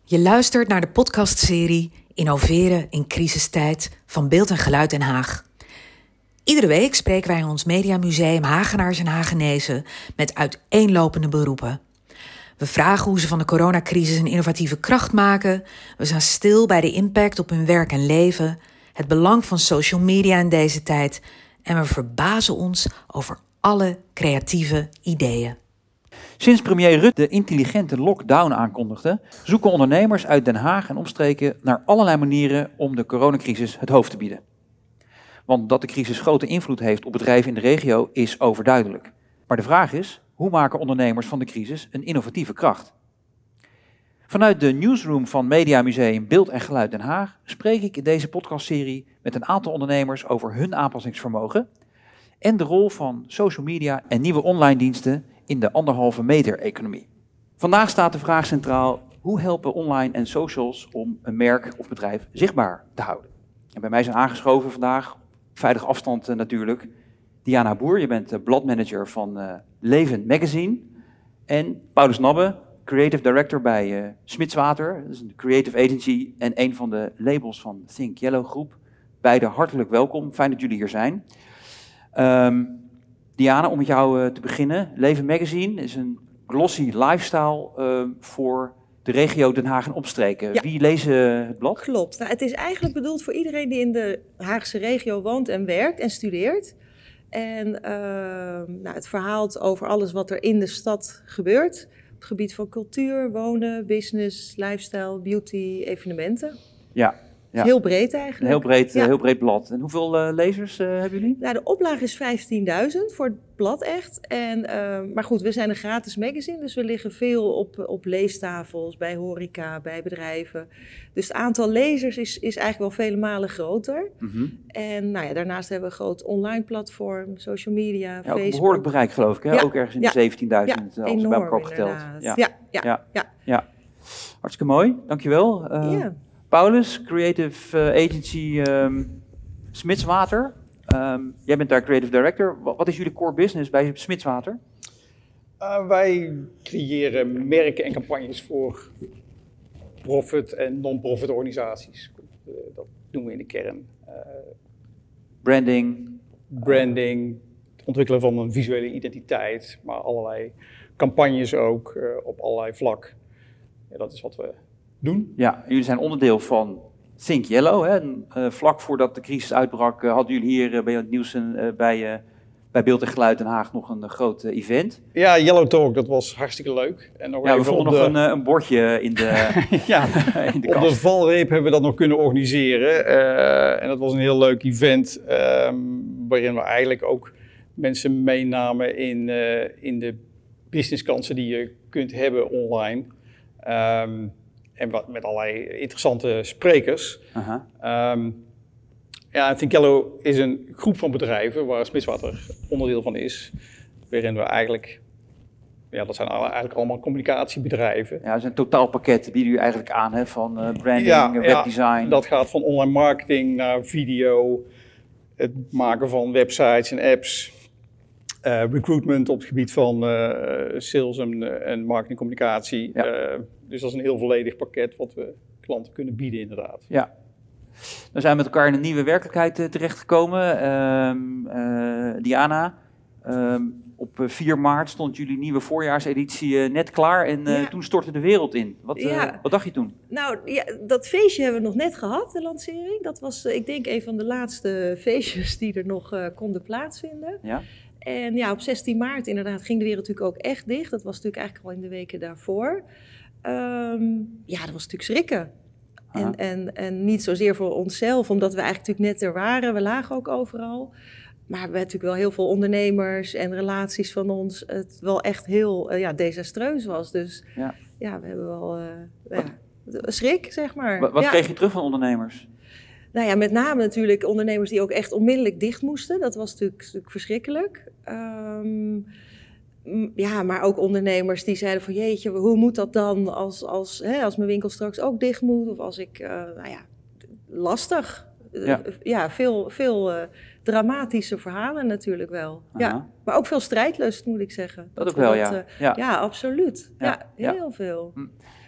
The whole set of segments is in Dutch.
Je luistert naar de podcastserie Innoveren in crisistijd van Beeld en Geluid Den Haag. Iedere week spreken wij in ons Mediamuseum Hagenaars en Hagenezen met uiteenlopende beroepen. We vragen hoe ze van de coronacrisis een innovatieve kracht maken. We staan stil bij de impact op hun werk en leven, het belang van social media in deze tijd en we verbazen ons over alle creatieve ideeën. Sinds premier Rutte de intelligente lockdown aankondigde, zoeken ondernemers uit Den Haag en omstreken naar allerlei manieren om de coronacrisis het hoofd te bieden. Want dat de crisis grote invloed heeft op bedrijven in de regio is overduidelijk. Maar de vraag is, hoe maken ondernemers van de crisis een innovatieve kracht? Vanuit de newsroom van Mediamuseum Beeld en Geluid Den Haag spreek ik in deze podcastserie met een aantal ondernemers over hun aanpassingsvermogen en de rol van social media en nieuwe online diensten in de 1,5 meter economie. Vandaag staat de vraag centraal, hoe helpen online en socials om een merk of bedrijf zichtbaar te houden? En bij mij zijn aangeschoven vandaag, op veilige afstand natuurlijk, Diana Boer, je bent bladmanager van Leven Magazine. En Paulus Nabbe, creative director bij Smitswater, dat is een creative agency en een van de labels van Think Yellow groep. Beide hartelijk welkom, fijn dat jullie hier zijn. Diana, om met jou te beginnen. Leven Magazine is een glossy lifestyle voor de regio Den Haag en omstreken. Ja. Wie lezen het blad? Klopt. Nou, het is eigenlijk bedoeld voor iedereen die in de Haagse regio woont en werkt en studeert. En het verhaalt over alles wat er in de stad gebeurt. Op het gebied van cultuur, wonen, business, lifestyle, beauty, evenementen. Ja. Ja. Heel breed eigenlijk. Heel breed blad. En hoeveel lezers hebben jullie? Nou, de oplage is 15.000 voor het blad echt. Maar goed, we zijn een gratis magazine, dus we liggen veel op leestafels, bij horeca, bij bedrijven. Dus het aantal lezers is eigenlijk wel vele malen groter. Mm-hmm. En daarnaast hebben we een groot online platform, social media, Facebook. Ook behoorlijk bereik geloof ik, hè? Ja. Ook ergens in de 17.000 als bij elkaar opgeteld. Ja. Hartstikke mooi, dankjewel. Paulus, creative agency Smitswater. Jij bent daar creative director. Wat is jullie core business bij Smitswater? Wij creëren merken en campagnes voor profit en non-profit organisaties. Dat doen we in de kern. Branding, het ontwikkelen van een visuele identiteit, maar allerlei campagnes ook op allerlei vlak. Ja, dat is wat we doen. Ja, jullie zijn onderdeel van Think Yellow. Hè? Vlak voordat de crisis uitbrak hadden jullie hier bij het nieuws bij Beeld en Geluid Den Haag nog een groot event. Ja, Yellow Talk, dat was hartstikke leuk. En nog we vonden nog een bordje in de, in de kast. Op de valreep hebben we dat nog kunnen organiseren. En dat was een heel leuk event waarin we eigenlijk ook mensen meenamen in de businesskansen die je kunt hebben online. En met allerlei interessante sprekers. Think Yellow is een groep van bedrijven waar Smitswater onderdeel van is. Waarin we eigenlijk, dat zijn eigenlijk allemaal communicatiebedrijven. Ja, dat is een totaalpakket, bieden jullie eigenlijk aan, hè, van branding, webdesign. Ja, dat gaat van online marketing naar video, het maken van websites en apps. Recruitment op het gebied van sales en marketingcommunicatie. Ja. Dus dat is een heel volledig pakket wat we klanten kunnen bieden inderdaad. Ja. Dan zijn we met elkaar in een nieuwe werkelijkheid terechtgekomen. Diana, op 4 maart stond jullie nieuwe voorjaarseditie net klaar en toen stortte de wereld in. Wat dacht je toen? Nou, dat feestje hebben we nog net gehad, de lancering. Dat was, ik denk, een van de laatste feestjes die er nog konden plaatsvinden. Ja. En op 16 maart inderdaad ging de wereld natuurlijk ook echt dicht. Dat was natuurlijk eigenlijk al in de weken daarvoor. Dat was natuurlijk schrikken. En niet zozeer voor onszelf, omdat we eigenlijk natuurlijk net er waren. We lagen ook overal. Maar we hebben natuurlijk wel heel veel ondernemers en relaties van ons. Het wel echt heel desastreus was. Dus we hebben wel schrik, zeg maar. Wat kreeg je terug van ondernemers? Met name natuurlijk ondernemers die ook echt onmiddellijk dicht moesten. Dat was natuurlijk verschrikkelijk. Maar ook ondernemers die zeiden van jeetje, hoe moet dat dan als mijn winkel straks ook dicht moet? Of als ik, lastig. Veel dramatische verhalen natuurlijk wel. Ja, maar ook veel strijdlust moet ik zeggen. Dat ook wel, ja. Ja, absoluut. Ja, heel veel.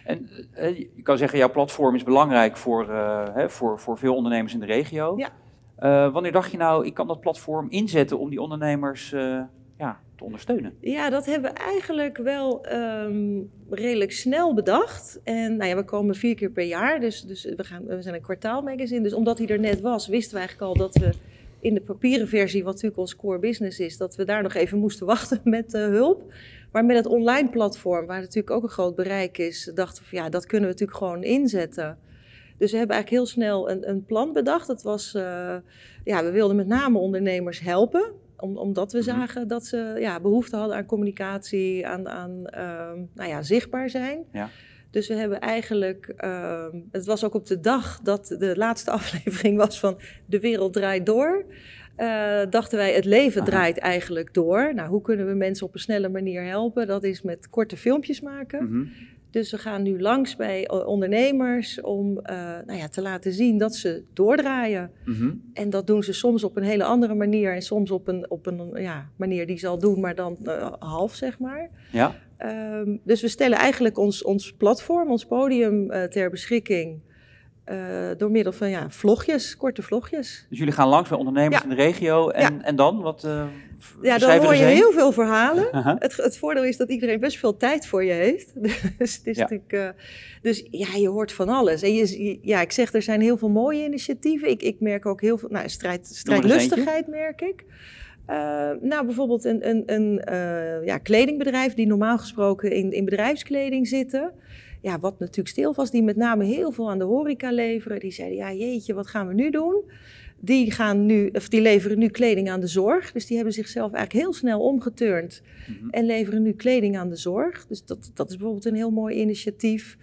En je kan zeggen, jouw platform is belangrijk voor veel ondernemers in de regio. Ja. Wanneer dacht je nou, ik kan dat platform inzetten om die ondernemers te ondersteunen? Ja, dat hebben we eigenlijk wel redelijk snel bedacht. En we komen 4 keer per jaar, dus we zijn een kwartaalmagazine. Dus omdat hij er net was, wisten we eigenlijk al dat we in de papieren versie, wat natuurlijk ons core business is, dat we daar nog even moesten wachten met hulp. Maar met het online platform, waar natuurlijk ook een groot bereik is, dachten we dat kunnen we natuurlijk gewoon inzetten. Dus we hebben eigenlijk heel snel een plan bedacht. Dat was, we wilden met name ondernemers helpen. Omdat we zagen dat ze behoefte hadden aan communicatie, aan zichtbaar zijn. Ja. Dus we hebben eigenlijk, het was ook op de dag dat de laatste aflevering was van De Wereld Draait Door. Dachten wij, het leven draait eigenlijk door. Nou, hoe kunnen we mensen op een snelle manier helpen? Dat is met korte filmpjes maken. Mm-hmm. Dus we gaan nu langs bij ondernemers om te laten zien dat ze doordraaien. Mm-hmm. En dat doen ze soms op een hele andere manier en soms op een manier die ze al doen, maar dan half, zeg maar. Ja. Dus we stellen eigenlijk ons platform, ons podium ter beschikking door middel van vlogjes, korte vlogjes. Dus jullie gaan langs bij ondernemers in de regio en dan? Wat dan hoor je heel veel verhalen. Uh-huh. Het voordeel is dat iedereen best veel tijd voor je heeft. Dus het is natuurlijk, je hoort van alles. En ik zeg, er zijn heel veel mooie initiatieven. Ik merk ook heel veel, strijdlustigheid merk ik. Bijvoorbeeld een kledingbedrijf die normaal gesproken in bedrijfskleding zitten. Ja, wat natuurlijk stil was, die met name heel veel aan de horeca leveren. Die zeiden, jeetje, wat gaan we nu doen? Die leveren nu kleding aan de zorg. Dus die hebben zichzelf eigenlijk heel snel omgeturnd. Mm-hmm. En leveren nu kleding aan de zorg. Dus dat is bijvoorbeeld een heel mooi initiatief.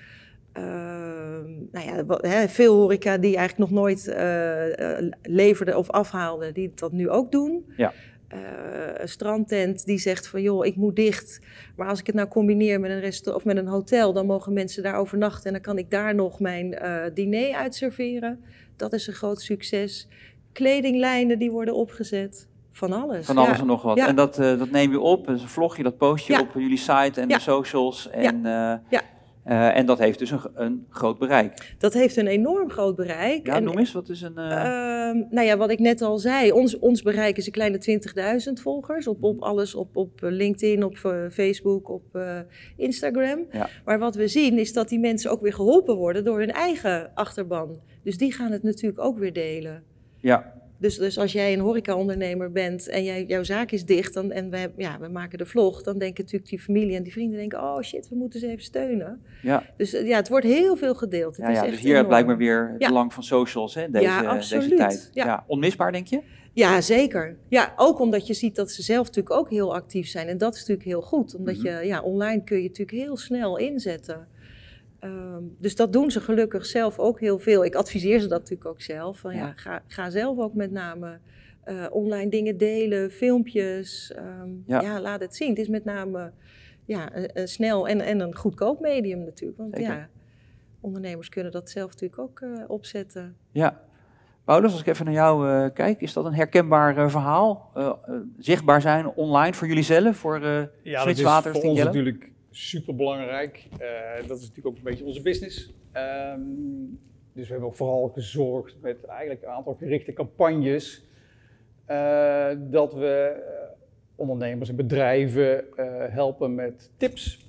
Veel horeca die eigenlijk nog nooit leverden of afhaalden, die dat nu ook doen. Ja. Een strandtent die zegt van joh, ik moet dicht. Maar als ik het nou combineer met een restaurant of met een hotel, dan mogen mensen daar overnachten en dan kan ik daar nog mijn diner uitserveren. Dat is een groot succes. Kledinglijnen die worden opgezet. Van alles. Van alles en nog wat. Ja. En dat neem je op, een vlogje, dat post je op jullie site en de socials. En dat heeft dus een groot bereik. Dat heeft een enorm groot bereik. Ja, noem eens, wat is een... wat ik net al zei, ons bereik is een kleine 20.000 volgers. Op alles, op LinkedIn, op Facebook, op Instagram. Ja. Maar wat we zien is dat die mensen ook weer geholpen worden door hun eigen achterban. Dus die gaan het natuurlijk ook weer delen. Ja. Dus als jij een horeca-ondernemer bent en jouw zaak is dicht en we maken de vlog, dan denken natuurlijk die familie en die vrienden denken, oh shit, we moeten ze even steunen. Ja. Dus het wordt heel veel gedeeld. Het is echt dus hier blijkt maar weer het belang van socials deze tijd. Ja. Onmisbaar, denk je? Ja, zeker. Ja, ook omdat je ziet dat ze zelf natuurlijk ook heel actief zijn. En dat is natuurlijk heel goed, omdat je online kun je natuurlijk heel snel inzetten. Dus dat doen ze gelukkig zelf ook heel veel. Ik adviseer ze dat natuurlijk ook zelf. Van, ga zelf ook met name online dingen delen, filmpjes. Laat het zien. Het is met name een snel en een goedkoop medium natuurlijk. Want ondernemers kunnen dat zelf natuurlijk ook opzetten. Ja. Paulus, als ik even naar jou kijk, is dat een herkenbaar verhaal? Zichtbaar zijn online voor jullie zelf, voor Smits Waters? Voor ons natuurlijk super belangrijk. Dat is natuurlijk ook een beetje onze business. Dus we hebben ook vooral gezorgd met eigenlijk een aantal gerichte campagnes dat we ondernemers en bedrijven helpen met tips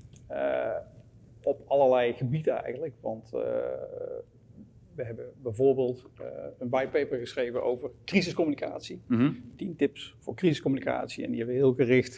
op allerlei gebieden eigenlijk. Want we hebben bijvoorbeeld een whitepaper geschreven over crisiscommunicatie. 10 tips voor crisiscommunicatie en die hebben we heel gericht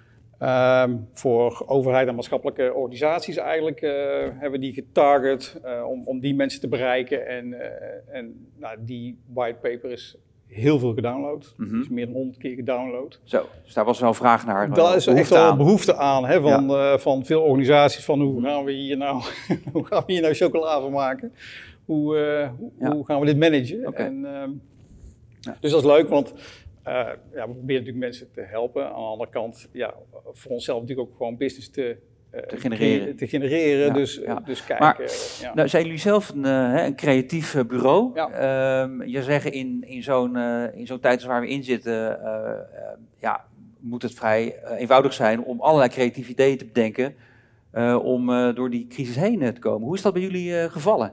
voor overheid en maatschappelijke organisaties eigenlijk hebben die getarget om die mensen te bereiken. En die whitepaper is heel veel gedownload. Dus meer dan 100 keer gedownload. Zo, dus daar was wel vraag naar. Daar is echt wel behoefte aan van veel organisaties van hoe gaan we hier nou chocola van maken? Hoe gaan we dit managen? Okay. Dus dat is leuk, want we proberen natuurlijk mensen te helpen. Aan de andere kant, voor onszelf natuurlijk ook gewoon business te genereren. Ja, dus kijken. Maar, nou, zijn jullie zelf een creatief bureau? Ja. Je zegt in zo'n tijd als waar we in zitten, moet het vrij eenvoudig zijn om allerlei creatieve ideeën te bedenken. om door die crisis heen te komen. Hoe is dat bij jullie gevallen?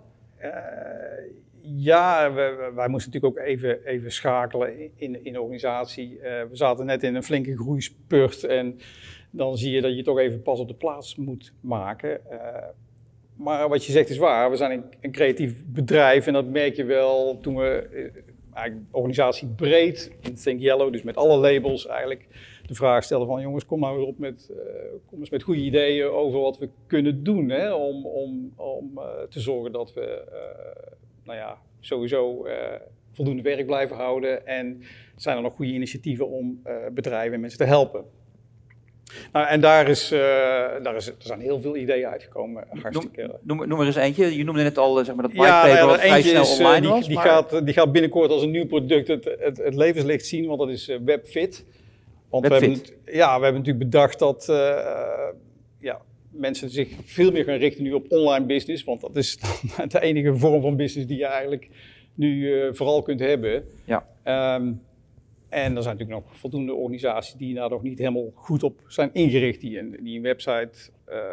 Wij moesten natuurlijk ook even schakelen in de organisatie. We zaten net in een flinke groeispurt en dan zie je dat je toch even pas op de plaats moet maken. Maar wat je zegt is waar, we zijn een creatief bedrijf en dat merk je wel toen we eigenlijk de organisatie breed in Think Yellow, dus met alle labels eigenlijk, de vraag stelden van jongens, kom nou weer op kom eens met goede ideeën over wat we kunnen doen, hè, om te zorgen dat we sowieso voldoende werk blijven houden en zijn er nog goede initiatieven om bedrijven en mensen te helpen. Nou, en er zijn heel veel ideeën uitgekomen. Hartstikke. Noem er eens eentje. Je noemde net al zeg maar, dat whitepaper wat vrij snel online was. Die gaat binnenkort als een nieuw product het levenslicht zien, want dat is WebFit. Want WebFit. we hebben natuurlijk bedacht dat mensen zich veel meer gaan richten nu op online business. Want dat is de enige vorm van business die je eigenlijk nu vooral kunt hebben. Ja. En er zijn natuurlijk nog voldoende organisaties die daar nog niet helemaal goed op zijn ingericht. Die een website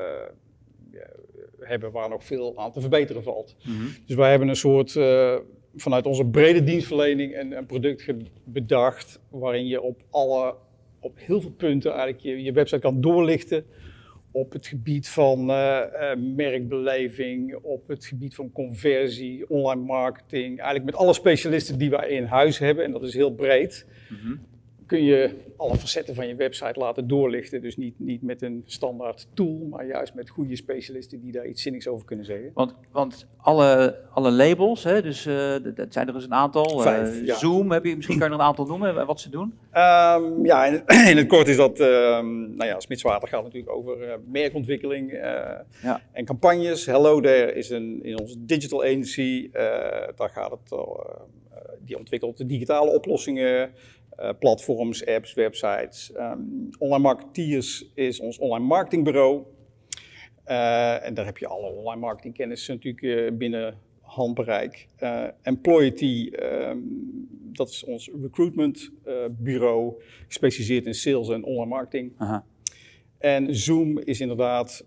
hebben waar nog veel aan te verbeteren valt. Mm-hmm. Dus wij hebben een soort, vanuit onze brede dienstverlening, een product bedacht waarin je op heel veel punten eigenlijk je website kan doorlichten. Op het gebied van merkbeleving, op het gebied van conversie, online marketing. Eigenlijk met alle specialisten die wij in huis hebben, en dat is heel breed, kun je alle facetten van je website laten doorlichten. Dus niet met een standaard tool, maar juist met goede specialisten die daar iets zinnigs over kunnen zeggen. Want alle labels, hè, dus dat zijn er dus een aantal. 5, ja. Zoom, misschien kan je er een aantal noemen, wat ze doen? In het kort is dat, Smits Water gaat natuurlijk over merkontwikkeling en campagnes. Hello There is in onze digital agency, daar gaat het, die ontwikkelt de digitale oplossingen, platforms, apps, websites. Online Marketeers is ons online marketingbureau. En daar heb je alle online marketingkennis natuurlijk binnen handbereik. Employity, dat is ons recruitment bureau, gespecialiseerd in sales en online marketing. Aha. En Zoom is inderdaad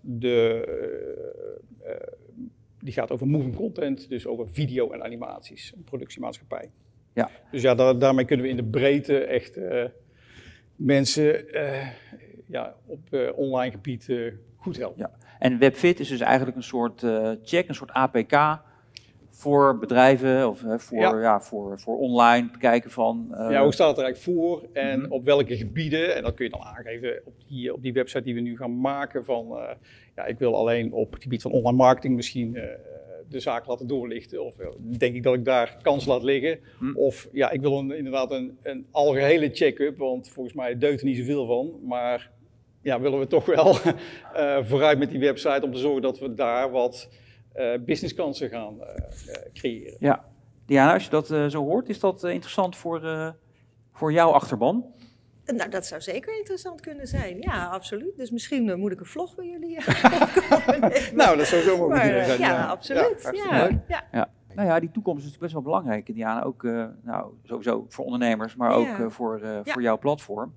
die gaat over moving content, dus over video en animaties, een productiemaatschappij. Ja. Dus daarmee kunnen we in de breedte echt mensen op online gebied goed helpen. Ja. En WebFit is dus eigenlijk een soort check, een soort APK voor bedrijven of voor online bekijken van... hoe staat het er eigenlijk voor en op welke gebieden? En dat kun je dan aangeven op die website die we nu gaan maken van... ik wil alleen op het gebied van online marketing misschien de zaak laten doorlichten. Of denk ik dat ik daar kans laat liggen. Of ik wil inderdaad een algehele check-up, want volgens mij deugt er niet zoveel van. Maar willen we toch wel vooruit met die website om te zorgen dat we daar wat businesskansen gaan creëren. Ja, Diana, als je dat zo hoort, is dat interessant voor jouw achterban? Nou, dat zou zeker interessant kunnen zijn. Ja, absoluut. Dus misschien moet ik een vlog bij jullie Nou, dat zou zo mogelijk zijn. Ja, absoluut. Ja. Nou ja, die toekomst is best wel belangrijk, Diana. Ook sowieso voor ondernemers, maar ook voor jouw platform.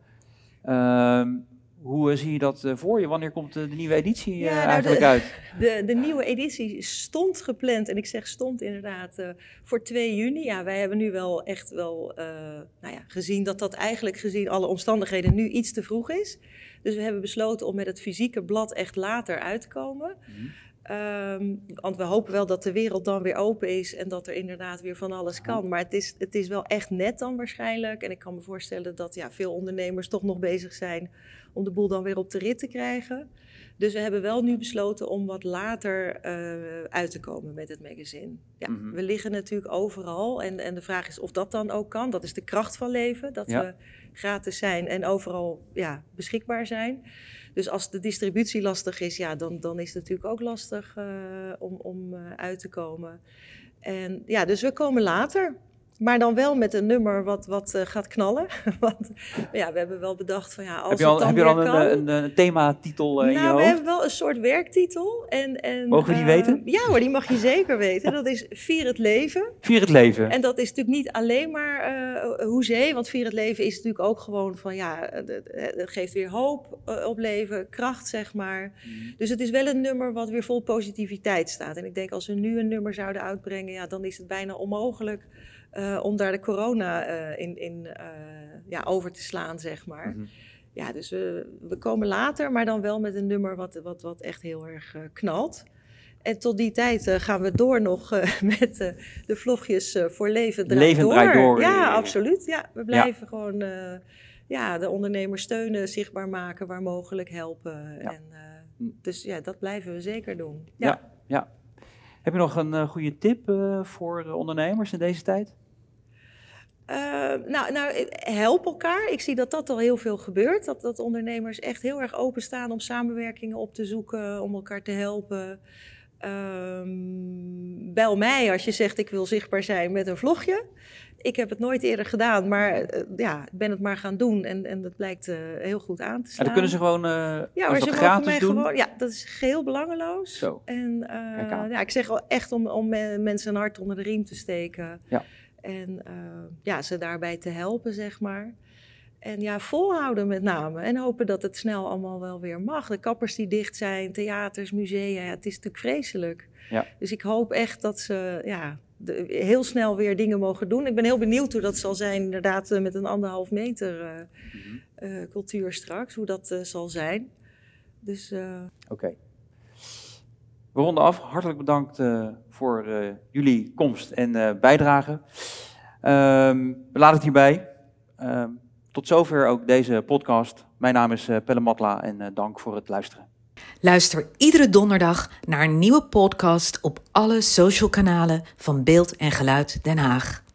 Hoe zie je dat voor je? Wanneer komt de nieuwe editie eigenlijk uit? De nieuwe editie stond gepland, en ik zeg stond inderdaad, voor 2 juni. Ja, wij hebben nu wel echt gezien dat eigenlijk gezien alle omstandigheden nu iets te vroeg is. Dus we hebben besloten om met het fysieke blad echt later uit te komen. Want we hopen wel dat de wereld dan weer open is en dat er inderdaad weer van alles kan. Maar het is wel echt net dan waarschijnlijk. En ik kan me voorstellen dat veel ondernemers toch nog bezig zijn om de boel dan weer op de rit te krijgen. Dus we hebben wel nu besloten om wat later uit te komen met het magazine. Ja, we liggen natuurlijk overal en de vraag is of dat dan ook kan. Dat is de kracht van leven, dat we gratis zijn en overal beschikbaar zijn. Dus als de distributie lastig is, dan is het natuurlijk ook lastig om uit te komen. En dus we komen later. Maar dan wel met een nummer wat gaat knallen. Want ja, we hebben wel bedacht van ja, als heb je al een thematitel in je hoofd? We hebben wel een soort werktitel. En, mogen we die weten? Ja hoor, die mag je zeker weten. Dat is Vier het leven. Vier het leven. En dat is natuurlijk niet alleen maar hoezee. Want Vier het leven is natuurlijk ook gewoon van ja, het geeft weer hoop op leven, kracht zeg maar. Dus het is wel een nummer wat weer vol positiviteit staat. En ik denk als we nu een nummer zouden uitbrengen, ja, dan is het bijna onmogelijk om daar de corona over te slaan, zeg maar. Mm-hmm. Ja, dus we komen later, maar dan wel met een nummer wat echt heel erg knalt. En tot die tijd gaan we door nog met de vlogjes voor Leven draait door. Ja, absoluut. Ja, we blijven gewoon de ondernemers steunen, zichtbaar maken, waar mogelijk helpen. Ja. En, dus ja, dat blijven we zeker doen. Ja. Heb je nog een goede tip voor ondernemers in deze tijd? Help elkaar. Ik zie dat al heel veel gebeurt. Dat ondernemers echt heel erg openstaan om samenwerkingen op te zoeken, om elkaar te helpen. Bel mij als je zegt ik wil zichtbaar zijn met een vlogje. Ik heb het nooit eerder gedaan, maar ik ben het maar gaan doen en dat blijkt heel goed aan te slaan. En dan kunnen ze gewoon dat gratis doen? Gewoon, ja, dat is geheel belangeloos. Zo. En ik zeg al echt om mensen een hart onder de riem te steken. Ja. En ze daarbij te helpen, zeg maar. En ja, volhouden met name. En hopen dat het snel allemaal wel weer mag. De kappers die dicht zijn, theaters, musea. Ja, het is natuurlijk vreselijk. Ja. Dus ik hoop echt dat ze heel snel weer dingen mogen doen. Ik ben heel benieuwd hoe dat zal zijn, inderdaad, met een 1,5 meter cultuur straks. Hoe dat zal zijn. Dus. Oké. We ronden af. Hartelijk bedankt voor jullie komst en bijdrage. We laten het hierbij. Tot zover ook deze podcast. Mijn naam is Pelle Matla en dank voor het luisteren. Luister iedere donderdag naar een nieuwe podcast op alle social kanalen van Beeld en Geluid Den Haag.